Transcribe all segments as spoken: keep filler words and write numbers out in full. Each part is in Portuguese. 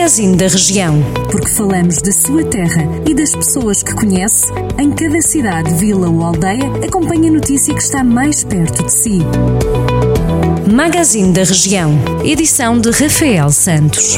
Magazine da Região. Porque falamos da sua terra e das pessoas que conhece, em cada cidade, vila ou aldeia, acompanhe a notícia que está mais perto de si. Magazine da Região, edição de Rafael Santos.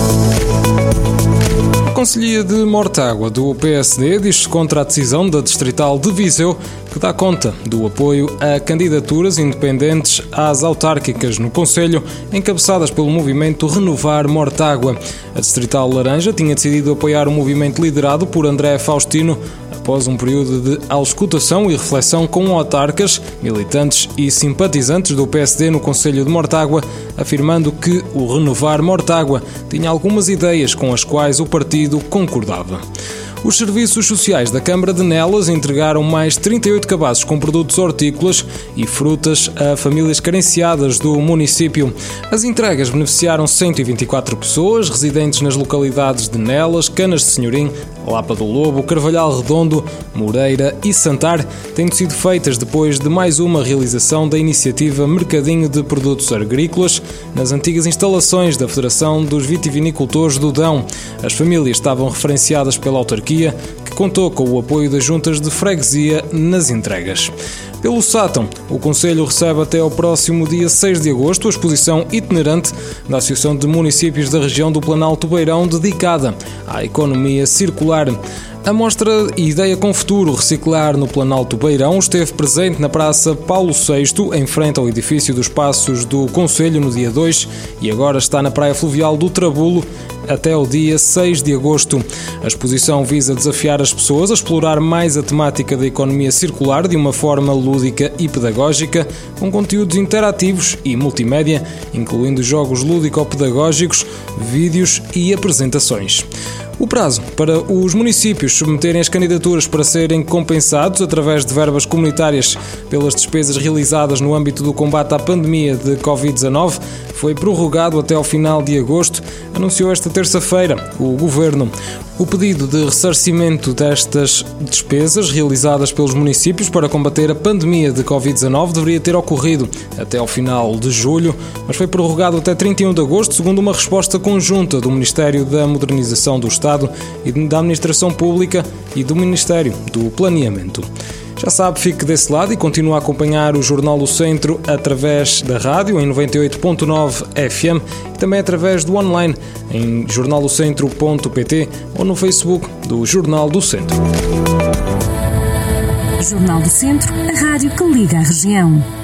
A Conselhia de Mortágua do P S D diz-se contra a decisão da Distrital de Viseu, que dá conta do apoio a candidaturas independentes às autárquicas no concelho, encabeçadas pelo movimento Renovar Mortágua. A Distrital Laranja tinha decidido apoiar o movimento liderado por André Faustino, após um período de auscultação e reflexão com autarcas, militantes e simpatizantes do P S D no concelho de Mortágua, afirmando que o Renovar Mortágua tinha algumas ideias com as quais o partido concordava. Os serviços sociais da Câmara de Nelas entregaram mais trinta e oito cabazes com produtos hortícolas e frutas a famílias carenciadas do município. As entregas beneficiaram cento e vinte e quatro pessoas residentes nas localidades de Nelas, Canas de Senhorim, Lapa do Lobo, Carvalhal Redondo, Moreira e Santar, tendo sido feitas depois de mais uma realização da iniciativa Mercadinho de Produtos Agrícolas nas antigas instalações da Federação dos Vitivinicultores do Dão. As famílias estavam referenciadas pela autarquia, que contou com o apoio das juntas de freguesia nas entregas. Pelo Sátão, o Conselho recebe até ao próximo dia seis de agosto a exposição itinerante da Associação de Municípios da região do Planalto Beirão dedicada à economia circular. A mostra Ideia com Futuro Reciclar no Planalto Beirão esteve presente na Praça Paulo sexto, em frente ao edifício dos Passos do Concelho, no dia dois, e agora está na Praia Fluvial do Trabulo até ao dia seis de agosto. A exposição visa desafiar as pessoas a explorar mais a temática da economia circular de uma forma lúdica e pedagógica, com conteúdos interativos e multimédia, incluindo jogos lúdico-pedagógicos, vídeos e apresentações. O prazo para os municípios submeterem as candidaturas para serem compensados através de verbas comunitárias pelas despesas realizadas no âmbito do combate à pandemia de covid dezanove foi prorrogado até ao final de agosto, anunciou esta terça-feira o Governo. O pedido de ressarcimento destas despesas realizadas pelos municípios para combater a pandemia de covid dezanove deveria ter ocorrido até ao final de julho, mas foi prorrogado até trinta e um de agosto, segundo uma resposta conjunta do Ministério da Modernização do Estado e da Administração Pública e do Ministério do Planeamento. Já sabe, fique desse lado e continue a acompanhar o Jornal do Centro através da rádio em noventa e oito ponto nove F M e também através do online em jornal do centro ponto pt ou no Facebook do Jornal do Centro. Jornal do Centro, a rádio que liga a região.